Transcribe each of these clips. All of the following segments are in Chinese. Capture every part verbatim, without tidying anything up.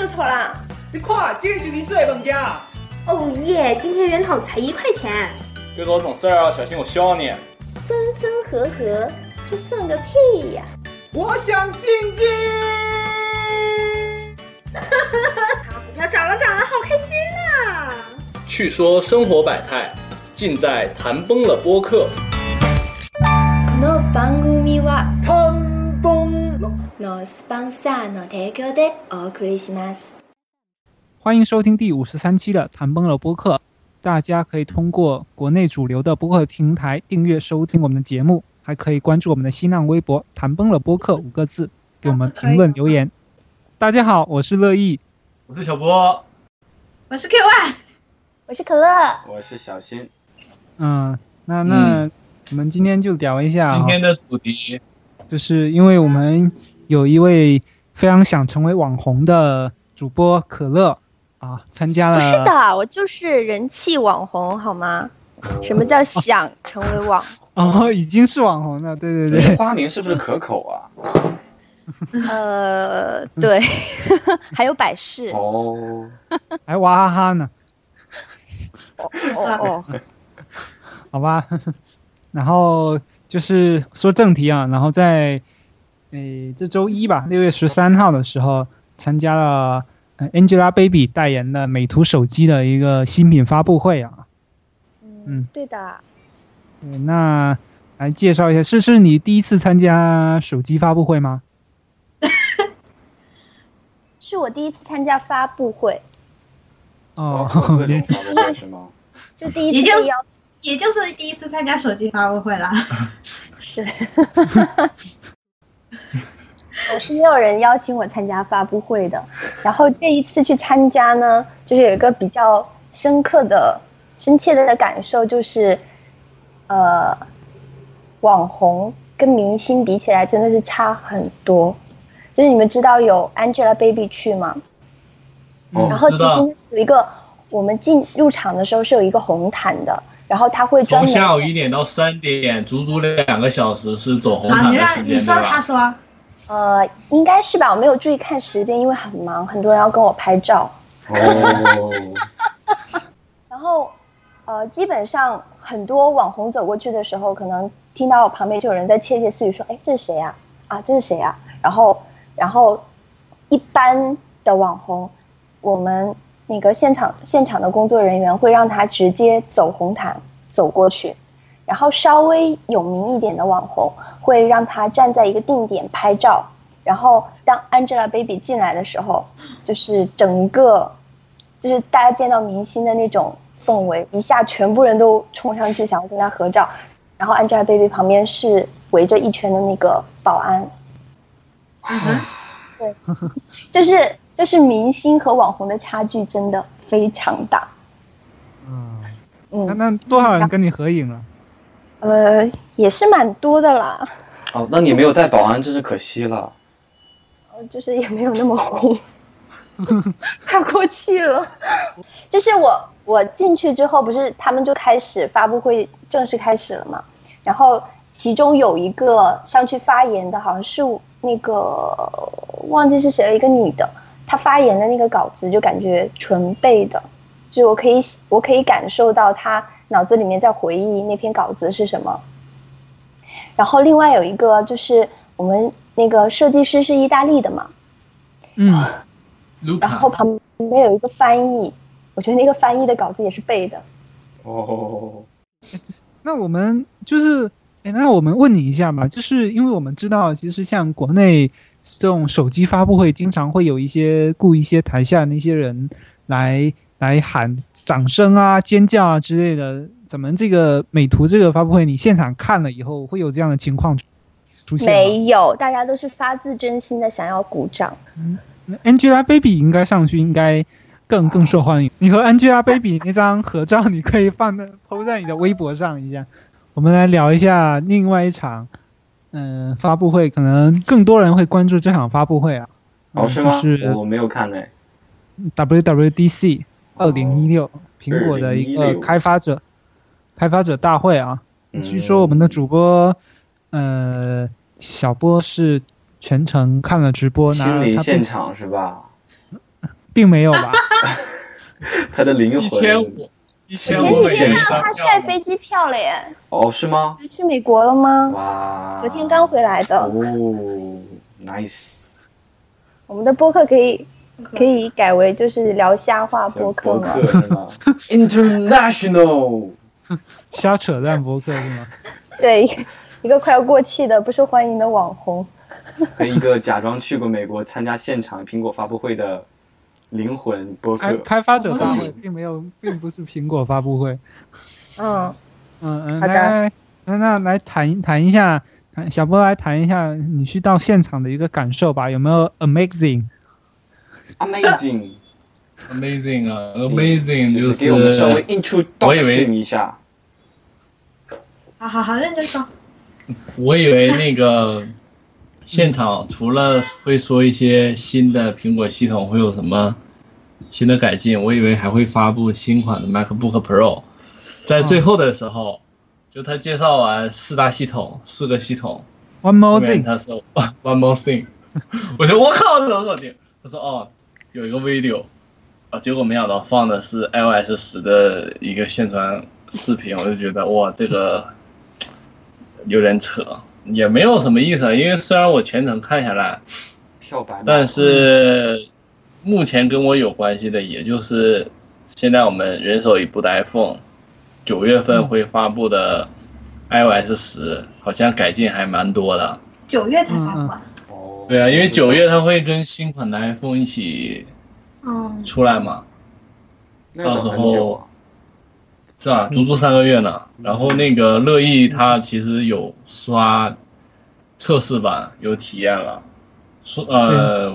错啦。 你看，这就是你做的物件。 哦耶，今天人头才一块钱。 给我省事儿啊，小心我削你。 分分合合，这算个屁呀！ 我想进京。 好，股票涨了涨了，好开心啊！ 去说生活百态，尽在谈崩了播客。 この番組は谈崩了のスポンサーの提供でお送りします。 欢迎收听第五十三期的谈崩了播客。大家可以通过国内主流的播客平台订阅收听我们的节目，还可以关注我们的新浪微博谈崩了播客五个字，给我们评论留言。大家好，我是乐意， 我是小波， 我是 Q Y， 我是可乐， 我是小新。 嗯，那那、嗯、我们今天就聊一下今天的主题， 就是因为我们有一位非常想成为网红的主播可乐啊，参加了。 不是的，我就是人气网红，好吗？什么叫想成为网红？哦，已经是网红了，对对对。 花名是不是可口啊？ 呃，对，还有百事哦， 还娃哈哈呢。 哦哦哦， 好吧。然后就是说正题啊，然后在诶这周一吧，六月十三号的时候，参加了 Angelababy 代言的美图手机的一个新品发布会啊。 嗯，对的。 对，那来介绍一下，是是你第一次参加手机发布会吗？ 是我第一次参加发布会。 哦，各种发布会是吗？ 就第一次被邀， 也就是第一次参加手机发布会啦。 是。我是没有人邀请我参加发布会的，然后这一次去参加呢，就是有一个比较深刻的、深切的感受，就是，呃，网红跟明星比起来真的是差很多。就是你们知道有 Angelababy 去吗？ 哦、 然后其实有一个，我们进入场的时候是有一个红毯的，然后他会专门从下午一点到三点，足足两个小时是走红毯的时间， 你说他说。 呃，应该是吧，我没有注意看时间，因为很忙，很多人要跟我拍照。 哦。 然后，呃，基本上很多网红走过去的时候，可能听到我旁边就有人在窃窃私语说：“哎，这是谁呀？啊，这是谁呀？”然后，然后，一般的网红，我们那个现场现场的工作人员会让他直接走红毯走过去。然后稍微有名一点的网红会让他站在一个定点拍照，然后当 Angelababy 进来的时候，就是整个就是大家见到明星的那种氛围，一下全部人都冲上去想要跟他合照，然后 Angelababy 旁边是围着一圈的那个保安。 嗯， 对，就是就是明星和网红的差距真的非常大。 嗯嗯， 那那多少人跟你合影了？ 呃，也是蛮多的啦。 哦，那你没有带保安，真是可惜了。 呃，就是也没有那么红，太过气了。就是我我进去之后，不是他们就开始发布会正式开始了嘛？然后其中有一个上去发言的，好像是那个忘记是谁了，一个女的，她发言的那个稿子就感觉纯背的，就我可以我可以感受到她脑子里面在回忆那篇稿子是什么。然后另外有一个就是我们那个设计师是意大利的嘛， 嗯， 然后旁边有一个翻译，我觉得那个翻译的稿子也是背的。 哦， 那我们就是哎，那我们问你一下吧，就是因为我们知道，其实像国内这种手机发布会，经常会有一些雇一些台下那些人来。来喊掌声啊、尖叫啊之类的，咱们这个美图这个发布会，你现场看了以后会有这样的情况出现吗？ 没有，大家都是发自真心的想要鼓掌。 嗯 Angelababy 应该上去，应该更更受欢迎。你和 Angelababy 那张合照，你可以放在 po 在你的微博上一下。我们来聊一下另外一场，嗯、呃，发布会，可能更多人会关注这场发布会啊。 哦，是吗？ 就是我没有看呢。 W W D C。二零一六苹果的一个开发者开发者大会啊，据说我们的主播呃小波是全程看了直播， 亲临现场是吧？ 并没有吧？ 他的灵魂一千五，一千前五美元几天让他晒飞机票了耶， 哦，是吗？ 他去美国了吗？ 哇， 昨天刚回来的。 哦 ，nice。 我们的播客可以可以改为就是聊瞎话播客播吗？ 客是吗？International。 瞎扯淡播客是吗？ 对，一个快要过气的不受欢迎的网红。 跟一个假装去过美国参加现场苹果发布会的灵魂播开客。 开发者大会并没有，并不是苹果发布会。 嗯嗯嗯， 好的来那那来谈谈一下，谈小波来谈一下你去到现场的一个感受吧，有没有 amazing？ Amazing。 amazing 啊 ，amazing 就就是给我们稍微我以为 introduction 一下。 好好好，认真说。 我以为那个现场除了会说一些新的苹果系统会有什么新的改进，我以为还会发布新款的 MacBook Pro。在最后的时候，就他介绍完四大系统，四个系统 One more 后面 thing， 他说 One more thing， 我说我靠，这怎么搞定？他说哦，有一个 video， 啊，结果没想到放的是 iOS 十的一个宣传视频，我就觉得哇，这个有点扯，也没有什么意思，因为虽然我全程看下来， 跳白马。 但是目前跟我有关系的，也就是现在我们人手一部的 iPhone， 九月份会发布的 iOS 十，好像改进还蛮多的。 九月才发布啊。 哦， 对啊，因为九月它会跟新款的 iPhone 一起嗯， 出来嘛， 那要等很久啊。 是吧？足足三个月呢。然后那个乐意它其实有刷测试版，有体验了。说呃，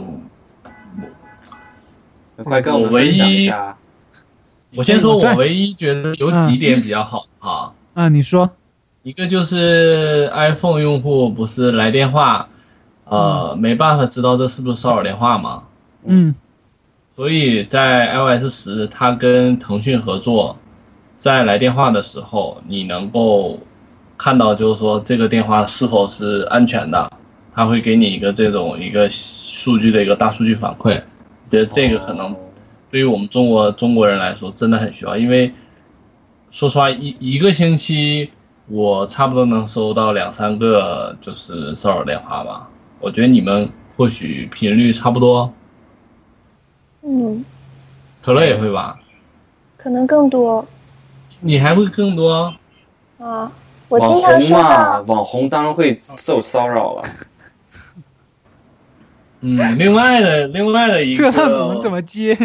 那快跟我们分享一下。 我先说， 我在我唯一觉得有几点比较好啊。 啊，你说， 一个就是 iPhone 用户不是来电话，呃，没办法知道这是不是骚扰电话嘛。 嗯所以在 iOS 十，它跟腾讯合作，在来电话的时候，你能够看到，就是说这个电话是否是安全的，它会给你一个这种一个数据的一个大数据反馈。我觉得这个可能对于我们中国中国人来说真的很需要，因为说实话，一一个星期我差不多能收到两三个就是骚扰电话吧。我觉得你们或许频率差不多。 嗯， 可乐也会吧？ 可能更多你还会更多？ 啊。我网经常收红嘛， 到， 网红当然会受骚扰了。 嗯，另外的另外的一个， 这让我们怎么接？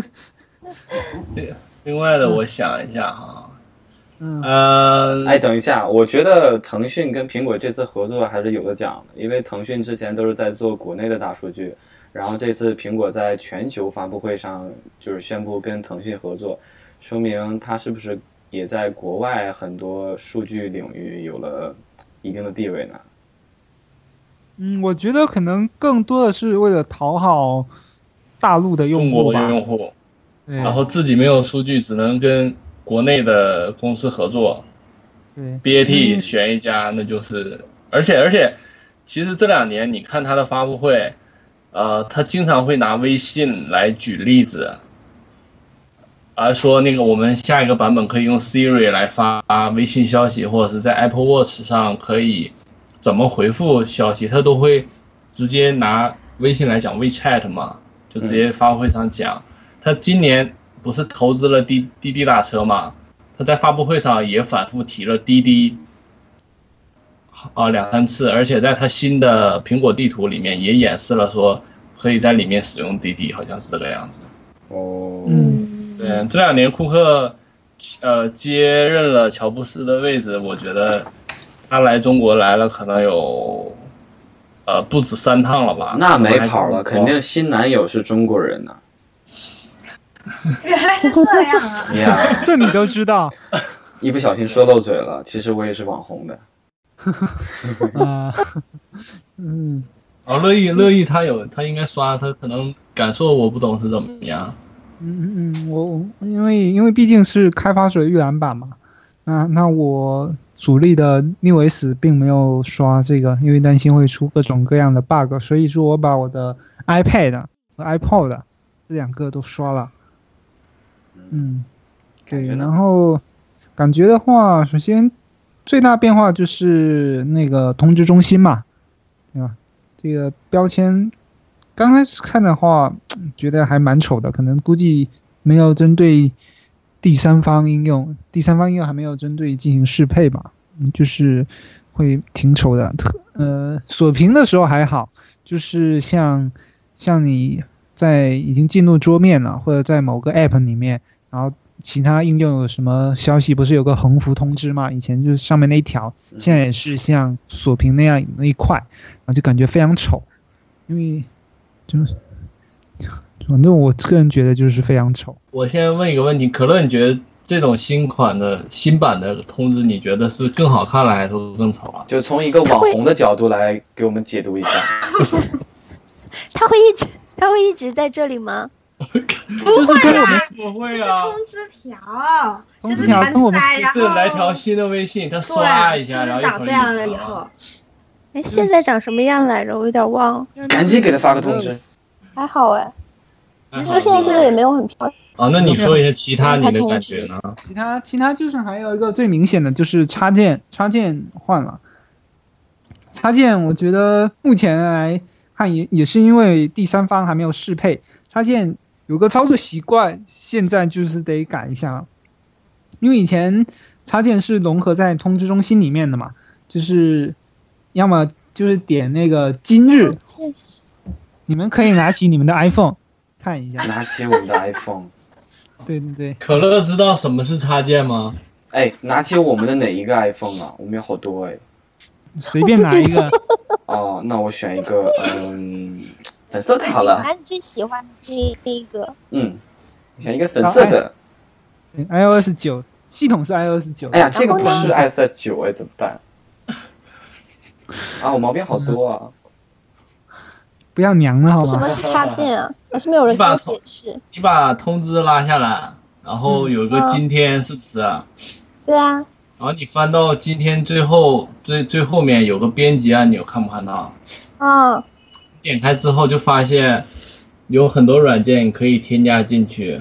另外的我想一下哈， 嗯呃， 哎，等一下，我觉得腾讯跟苹果这次合作还是有的讲的，因为腾讯之前都是在做国内的大数据，然后这次苹果在全球发布会上就是宣布跟腾讯合作，说明它是不是也在国外很多数据领域有了一定的地位呢？ 嗯，我觉得可能更多的是为了讨好大陆的用中国户吧。 用户， 对然后自己没有数据，只能跟国内的公司合作对 ，B A T 嗯选一家，那就是，而且而且，其实这两年你看他的发布会，呃，他经常会拿微信来举例子，而说那个我们下一个版本可以用 Siri 来发微信消息，或者是在 Apple Watch 上可以怎么回复消息，他都会直接拿微信来讲 WeChat 嘛，就直接发布会上讲。他今年不是投资了滴滴滴打车嘛，他在发布会上也反复提了滴滴，啊两三次，而且在他新的苹果地图里面也演示了说可以在里面使用滴滴，好像是这个样子。 哦， 嗯对，这两年库克呃接任了乔布斯的位置，我觉得他来中国来了可能有呃不止三趟了吧？ 那没跑了，肯定新男友是中国人呢。 原来是这样啊！ 呀， 这你都知道一不小心说漏嘴了，其实我也是网红的。 啊？嗯， 哦，乐意乐意，他有他应该刷，他可能感受我不懂是怎么样。 嗯嗯嗯，我我因为因为毕竟是开发者预览版嘛，那那我主力的 NewS 并没有刷这个，因为担心会出各种各样的 bug，所以说我把我的 iPad 和 iPod 这这两个都刷了。嗯，对， 感觉呢然后感觉的话，首先最大变化就是那个通知中心嘛，对吧？这个标签刚开始看的话，觉得还蛮丑的，可能估计没有针对第三方应用，第三方应用还没有针对进行适配吧，嗯，就是会挺丑的。特呃，锁屏的时候还好，就是像像你在已经进入桌面了，或者在某个 app 里面，然后其他应用有什么消息，不是有个横幅通知吗？以前就是上面那一条，现在也是像锁屏那样那一块，然后就感觉非常丑，因为就是反正我个人觉得就是非常丑。 我先问一个问题，可乐，你觉得这种新款的新版的通知，你觉得是更好看了还是更丑了？ 就从一个网红的角度来给我们解读一下。 它会一直它会一直在这里吗？ 就是跟我们不会这是啊， 通知条， 通知就是条跟我们弹出来，然后就是来条新的微信，它刷一对， 下， 就是然后长这样了以了后。 哎，现在长什么样来着？我有点忘了。 赶紧给他发个通知。 还好哎， 哎说现在这个也没有很漂亮。 啊，那你说一下其他你的感觉呢？ 其他其他就是还有一个最明显的就是插件，插件换了。插件我觉得目前来看也也是因为第三方还没有适配，插件有个操作习惯，现在就是得改一下了。因为以前插件是融合在通知中心里面的嘛，就是要么就是点那个今日，你们可以拿起你们的 iPhone 看一下。 拿起我们的 iPhone。 对对对， 可乐知道什么是插件吗？ 哎，拿起我们的哪一个 iPhone 啊？我们有好多哎。 随便拿一个。 哦，那我选一个，嗯，粉色的好了。 你最喜欢的那那个？ 嗯，选一个粉色的。 iOS 九系统是 iOS 九。 哎呀，这个不是 iOS 九哎，怎么办？啊，我毛病好多啊！ 不要娘了好吗？ 什么是插件啊？还是没有人给我解释。 你把通知拉下来，然后有个今天，是不是啊？ 对啊。 然后你翻到今天最后最最后面有个编辑按钮，看不看到？ 啊。 点开之后就发现有很多软件可以添加进去。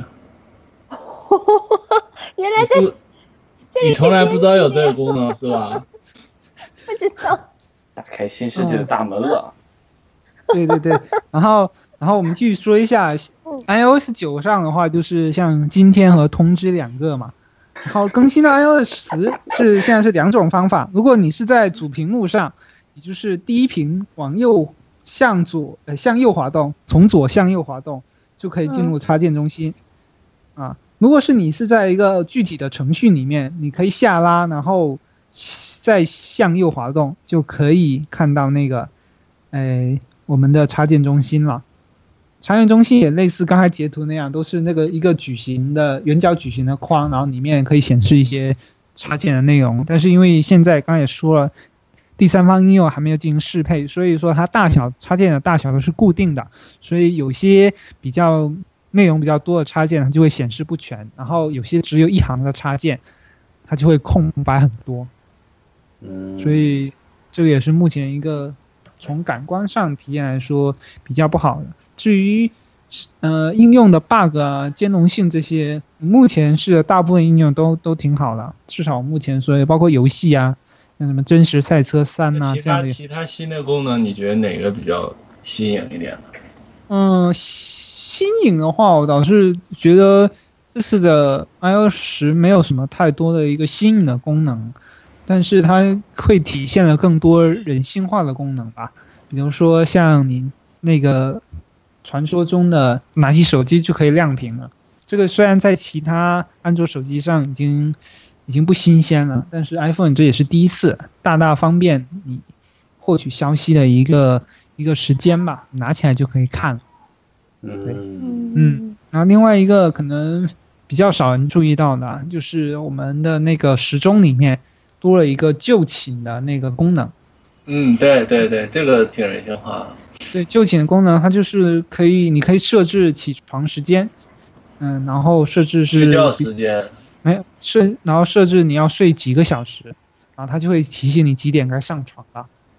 原来是， 你从来不知道有这个功能是吧？ 不知道。 打开新世界的大门了。 对对对，然后然后我们继续说一下 iOS 九上的话，就是像今天和通知两个嘛。好，更新的 iOS 十是现在是两种方法。如果你是在主屏幕上，也就是第一屏往右向左呃向右滑动，从左向右滑动就可以进入插件中心。嗯、啊，如果是你是在一个具体的程序里面，你可以下拉，然后再向右滑动，就可以看到那个，哎，我们的插件中心了。插件中心也类似刚才截图那样，都是那个一个矩形的圆角矩形的框，然后里面可以显示一些插件的内容。但是因为现在刚才也说了，第三方应用还没有进行适配，所以说它大小插件的大小都是固定的，所以有些比较内容比较多的插件它就会显示不全，然后有些只有一行的插件它就会空白很多。 嗯， 所以这个也是目前一个从感官上体验来说比较不好的。至于呃应用的 bug 啊、兼容性这些，目前是大部分应用都都挺好的，至少目前所以包括游戏啊，像什么真实赛车三呐、啊、这样的。 其他新的功能，你觉得哪个比较新颖一点呢？ 嗯，新颖的话，我倒是觉得这次的 iOS 十没有什么太多的一个新颖的功能，但是它会体现了更多人性化的功能吧，比如说像你那个传说中的拿起手机就可以亮屏了，这个虽然在其他安卓手机上已经已经不新鲜了，但是 iPhone 这也是第一次，大大方便你获取消息的一个一个时间吧，拿起来就可以看了。 嗯嗯，然后另外一个可能比较少人注意到的，就是我们的那个时钟里面多了一个就寝的那个功能。 嗯，对对对，这个挺人性化的。 对，就寝的功能，它就是可以，你可以设置起床时间，嗯，然后设置是睡觉时间， 没有设，然后设置你要睡几个小时，然后它就会提醒你几点该上床了。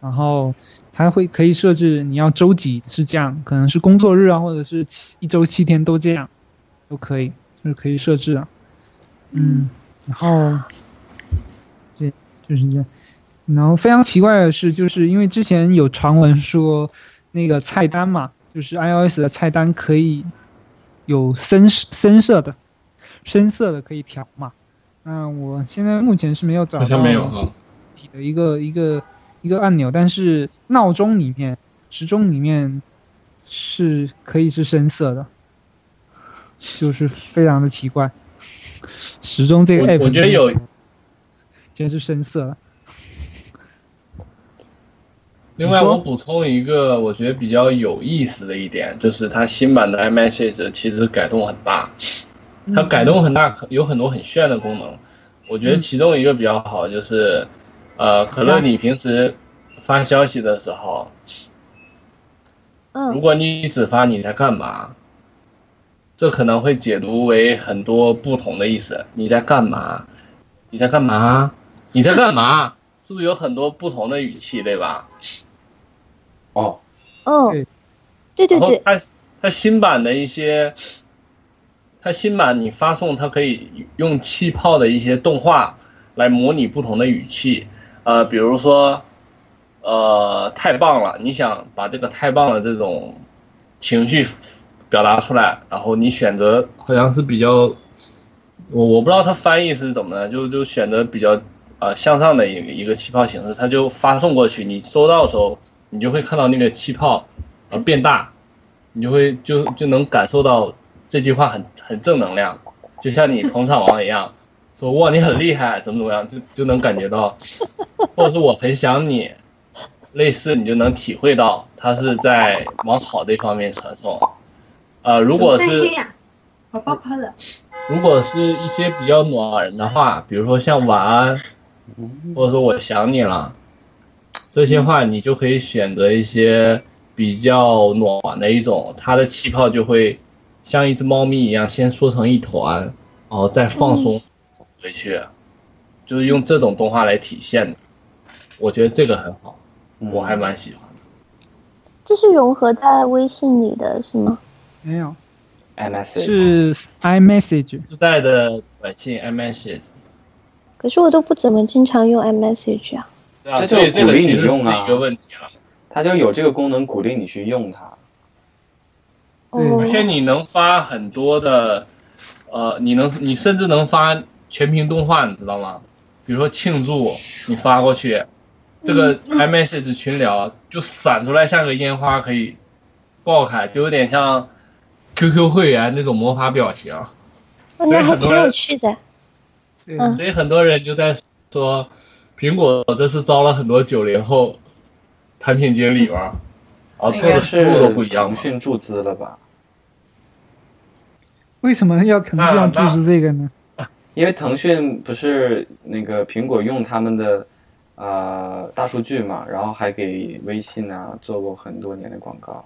然后它会可以设置你要周几是这样，可能是工作日啊，或者是一周七天都这样，都可以，就是可以设置的。嗯，然后对，就是这样。然后非常奇怪的是，就是因为之前有传闻说那个菜单嘛，就是 iOS 的菜单可以有深深色的，深色的可以调嘛。那我现在目前是没有找到， 好像没有哈。 体的一个一个一个按钮，但是闹钟里面、时钟里面是可以是深色的，就是非常的奇怪。时钟这个 app 我, 我觉得有， 竟然是深色的。 另外，我补充一个我觉得比较有意思的一点，就是它新版的 iMessage 其实改动很大，它改动很大，有很多很炫的功能。我觉得其中一个比较好就是，呃，可乐你平时发消息的时候，如果你只发你在干嘛，这可能会解读为很多不同的意思。你在干嘛？你在干嘛？你在干嘛？是不是有很多不同的语气，对吧？ 哦， 哦，对对对， 它它新版的一些，它新版你发送，它可以用气泡的一些动画来模拟不同的语气，呃，比如说，呃，太棒了，你想把这个太棒了这种情绪表达出来，然后你选择好像是比较，我我不知道它翻译是怎么的，就就选择比较呃向上的一个一个气泡形式，它就发送过去，你收到的时候。你就会看到那个气泡，呃变大，你就会就就能感受到这句话很很正能量，就像你捧场王一样，说哇你很厉害，怎么怎么样，就就能感觉到，或者是我很想你，类似你就能体会到它是在往好的一方面传送。呃，如果是好爆泡的， 如果是一些比较暖人的话，比如说像晚安，或者说我想你了。这些话你就可以选择一些比较暖的一种，它的气泡就会像一只猫咪一样，先缩成一团，然后再放松回去，嗯、就是用这种动画来体现的。我觉得这个很好，嗯、我还蛮喜欢的。 这是融合在微信里的是吗？ 没有 ，iMessage 是 iMessage 自带的短信 iMessage。 可是我都不怎么经常用 iMessage 啊。 这就鼓励你用啊， 一个问题了， 它就有这个功能鼓励你去用它。 对， 而且你能发很多的，呃，你能你甚至能发全屏动画，你知道吗？比如说庆祝，你发过去，这个 iMessage 群聊就闪出来像个烟花，可以爆开，就有点像 Q Q 会员那种魔法表情。 哦，那还挺有趣的。 嗯，所以很多人就在说。苹果这是招了很多九零后产品经理吧？啊，做的思路都不一样。 腾讯注资了吧？ 为什么要腾讯要注资这个呢？ 因为腾讯不是那个苹果用他们的呃大数据嘛，然后还给微信啊做过很多年的广告。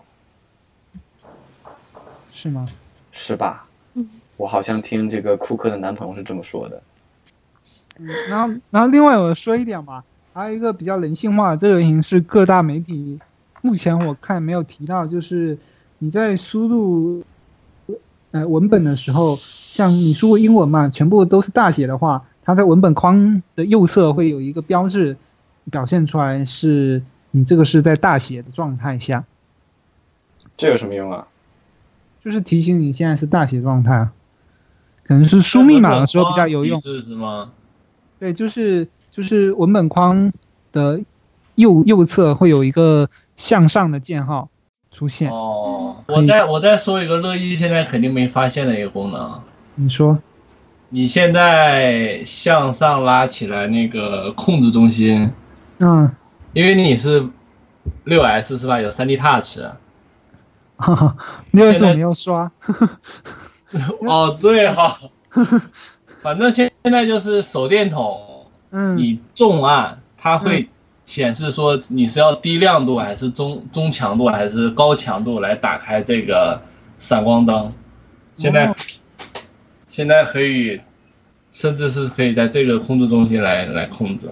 是吗？ 是吧？嗯，我好像听这个库克的男朋友是这么说的。 嗯，然后，然后另外我说一点吧，还有一个比较人性化的，这个形式各大媒体目前我看没有提到，就是你在输入呃文本的时候，像你输入英文嘛，全部都是大写的话，它在文本框的右侧会有一个标志表现出来，是你这个是在大写的状态下。 这有什么用啊？ 就是提醒你现在是大写状态啊，可能是输密码的时候比较有用。 是吗？ 对，就是就是文本框的右右侧会有一个向上的箭号出现。 哦，我再我再说一个乐意现在肯定没发现的一个功能。 你说？ 你现在向上拉起来那个控制中心， 嗯， 因为你是六 S 是吧？有 三 D Touch。 哈哈，六 S 我没有刷。 哦，对哈。反正现在就是手电筒， 嗯， 你重按它会显示说你是要低亮度还是中中强度还是高强度来打开这个闪光灯。现在、哦、现在可以，甚至是可以在这个控制中心来来控制了。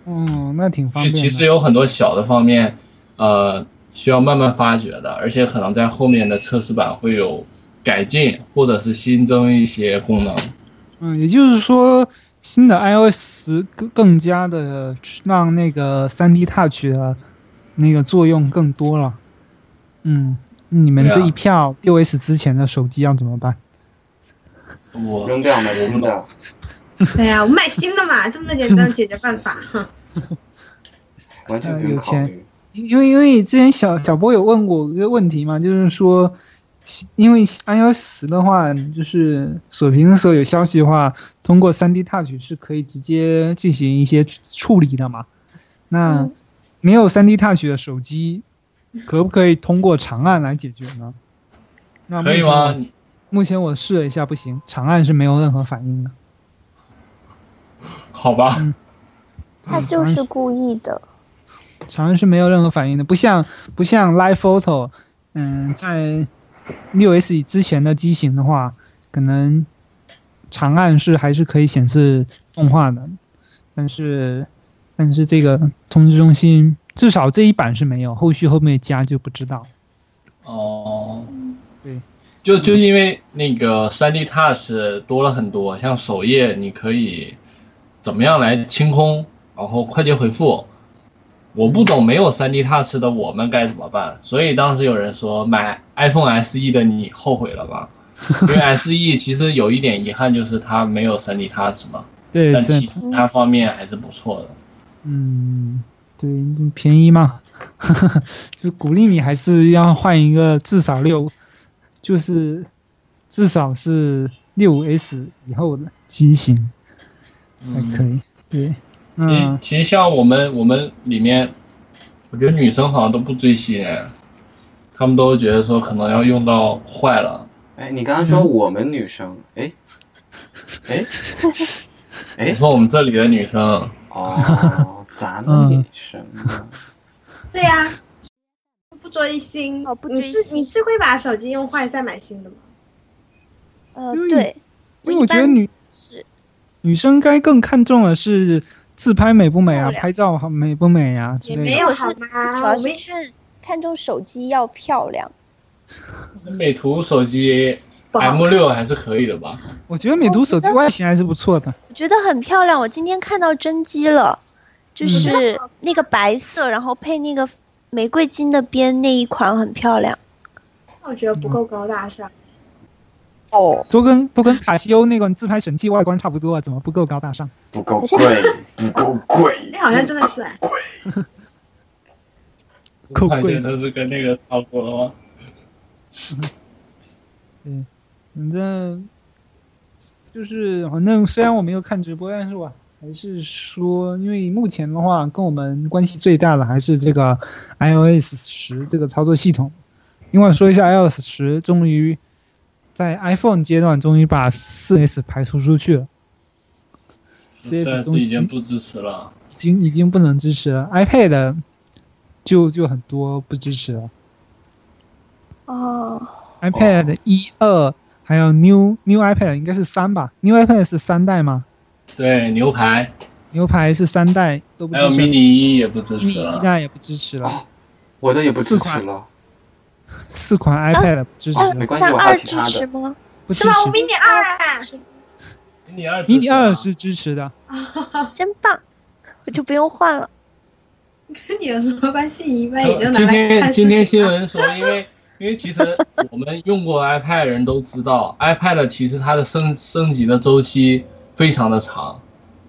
嗯，那挺方便的。 其实有很多小的方面，呃，需要慢慢发掘的，而且可能在后面的测试版会有改进，或者是新增一些功能。 嗯，也就是说，新的 iOS 更更加的让那个 三 D Touch 的那个作用更多了。嗯，你们这一票六 S 之前的手机要怎么办？ 我扔掉买新的。 对呀、啊，我买新的嘛，这么简单的解决办法。 完全不用考虑。 因为因为之前小小波有问过一个问题嘛，就是说，因为 iOS 十的话，就是锁屏的时候有消息的话，通过 三 D Touch 是可以直接进行一些处理的嘛。那没有 三 D Touch 的手机，可不可以通过长按来解决呢？那可以吗？ 目前我试了一下，不行，长按是没有任何反应的。 好吧， 嗯， 他就是故意的。 长按是没有任何反应的，不像不像 Live Photo， 嗯，在六 S 之前的机型的话，可能长按是还是可以显示动画的，但是但是这个通知中心至少这一版是没有，后续后面加就不知道。 哦， 对， 就就因为那个 三 D Touch 多了很多，像首页你可以怎么样来清空，然后快捷回复。我不懂没有 三 D Touch 的我们该怎么办，所以当时有人说买 iPhone S E 的你后悔了吧？因为 S E 其实有一点遗憾，就是它没有 三 D Touch 嘛， 对， 但其他方面还是不错的。 嗯，对，便宜嘛，就鼓励你还是要换一个至少六，就是至少是六 S 以后的机型才可以。对。 其实其实像我们我们里面，我觉得女生好像都不追星，她们都觉得说可能要用到坏了。 哎，你刚刚说我们女生，哎，哎，哎， 你说我们这里的女生哦，咱们女生， 对呀、啊，不追星。 哦，不追你星。 是你是会把手机用坏再买新的吗？ 呃，对， 因为我觉得女是女生该更看重的是自拍美不美啊，拍照好美不美啊之类的。 也没有好吗？ 主要是看看重手机要漂亮。 美图手机 M 六还是可以的吧？ 我觉得美图手机外形还是不错的。 我觉得很漂亮，我今天看到真机了，就是那个白色，然后配那个玫瑰金的边那一款很漂亮。 我觉得不够高大上。 哦， 都跟都跟卡西欧那个自拍神器外观差不多，怎么不够高大上？ 不够贵，不够贵。 哎，好像真的是哎。 够贵， 都是跟那个差不多了吗？ 嗯，反正就是反正虽然我没有看直播，但是我还是说，因为目前的话，跟我们关系最大的还是这个 iOS 十这个操作系统。另外说一下 iOS 十终于在 iPhone 阶段终于把 四 S 排除出去了。 四 S 已经不支持了， 已经已经不能支持了。iPad 就就很多不支持了。 哦。 iPad 一、二，还有 New New iPad 应该是三吧 ？New iPad 是三代吗？ 对，牛排。 牛排是三代都不支持。 还有 mini 一也不支持了。 mini 一代也不支持了。 哦、我的也不支持了。 四款 iPad 不支持、 啊，没关系，我还有其他的。 吗？ 不支持。 是吗？我 mini 二啊。 mini 二 mini 二是支持的， 真棒，我就不用换了。 跟你有什么关系？一般也就拿来今天看今天新闻说，因为因为其实我们用过 iPad 的人都知道，iPad 其实它的升升级的周期非常的长。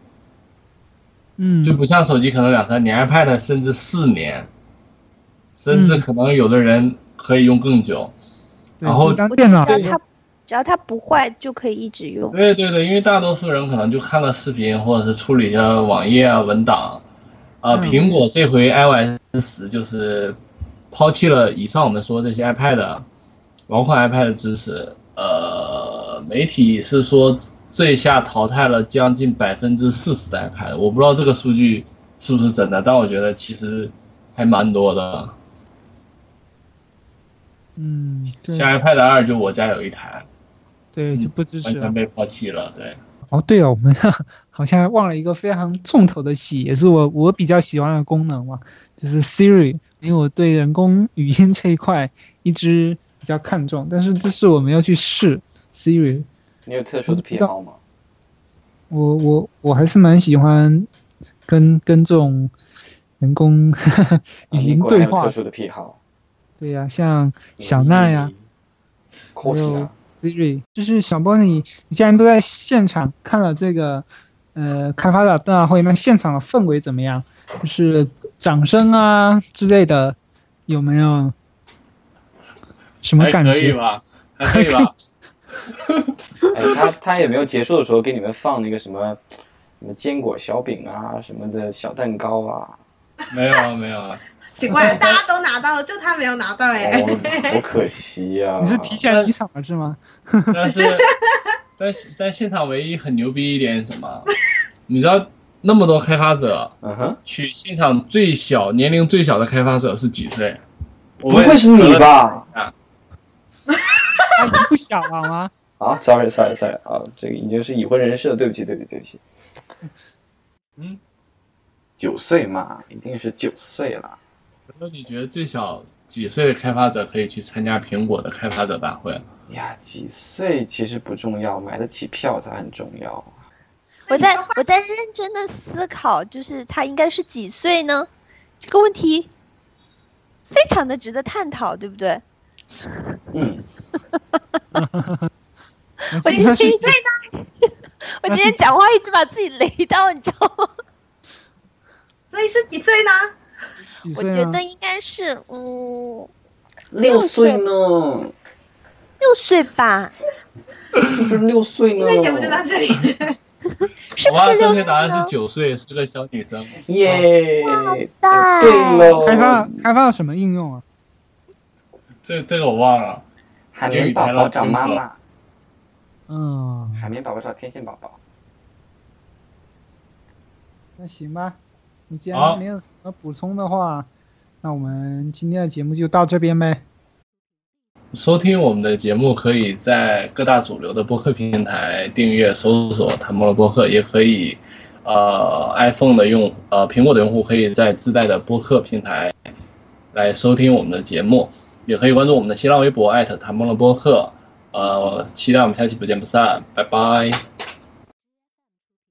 嗯， 就不像手机可能两三年 ，iPad 甚至四年，甚至可能有的人可以用更久。 嗯、 然后当电脑， 只要它只要它不坏就可以一直用。 对对对，因为大多数人可能就看个视频，或者是处理一下网页啊、文档。呃， 嗯、 苹果这回 iOS 十就是抛弃了以上我们说这些 iPad， 包括 iPad 支持。呃，媒体是说这一下淘汰了将近百分之四十的 iPad， 我不知道这个数据是不是真的，但我觉得其实还蛮多的。 嗯， 像 iPad 二就我家有一台， 对，就不支持了， 完全被抛弃了。对， 哦，对了，我们好像忘了一个非常重头的戏，也是我我比较喜欢的功能嘛，就是 Siri， 因为我对人工语音这一块一直比较看重，但是这是我们要去试 Siri。 你有特殊的癖好吗？ 我我我还是蛮喜欢跟跟这种人工语音对话。 有特殊的癖好。 对呀、啊，像小娜呀， 还有 Siri， 就是小波你，你既然都在现场看了这个呃开发者大会，那现场的氛围怎么样？就是掌声啊之类的，有没有什么感觉？ 还可以吧，还可以吧。 哎，他他也没有结束的时候给你们放那个什么什么坚果小饼啊，什么的小蛋糕啊？ 没有啊，没有啊。 奇怪，大家都拿到了，就他没有拿到哎、欸， 好、哦、可惜呀、啊！ 你是提前离场了是吗？ 但是在在现场唯一很牛逼一点是什么？你知道那么多开发者， 嗯哼， 去现场最小年龄最小的开发者是几岁？ 不会是你吧？ 啊，他已经不小了吗？ 啊 ，sorry sorry sorry 啊，这个已经是已婚人士了，对不起对不起对不起。 嗯， 九岁嘛，一定是九岁了。 那你觉得最小几岁的开发者可以去参加苹果的开发者大会？ 呀，几岁其实不重要，买得起票才很重要。 我在我在认真的思考，就是他应该是几岁呢？这个问题非常的值得探讨，对不对？ 嗯。 我今天我今天讲话一直把自己雷到，你知道吗？ 所以是几岁呢？ 我觉得应该是嗯六岁呢， 六岁吧， 就是六岁呢。 今天节目就到这里。 是不是六岁呢？ 正确答案是九岁，是个小女生。 耶！ 哇塞！ 对喽。 开发开发了什么应用啊？ 这这个我忘了。 海绵宝宝找妈妈。 嗯， 海绵宝宝找天线宝宝。 那行吧，你既然没有什么补充的话，那我们今天的节目就到这边呗。 收听我们的节目，可以在各大主流的播客平台订阅搜索谈梦了播客，也可以，呃，iPhone 的用呃苹果的用户可以在自带的播客平台来收听我们的节目，也可以关注我们的新浪微博艾特谈梦了播客，呃，期待我们下期不见不散，拜拜。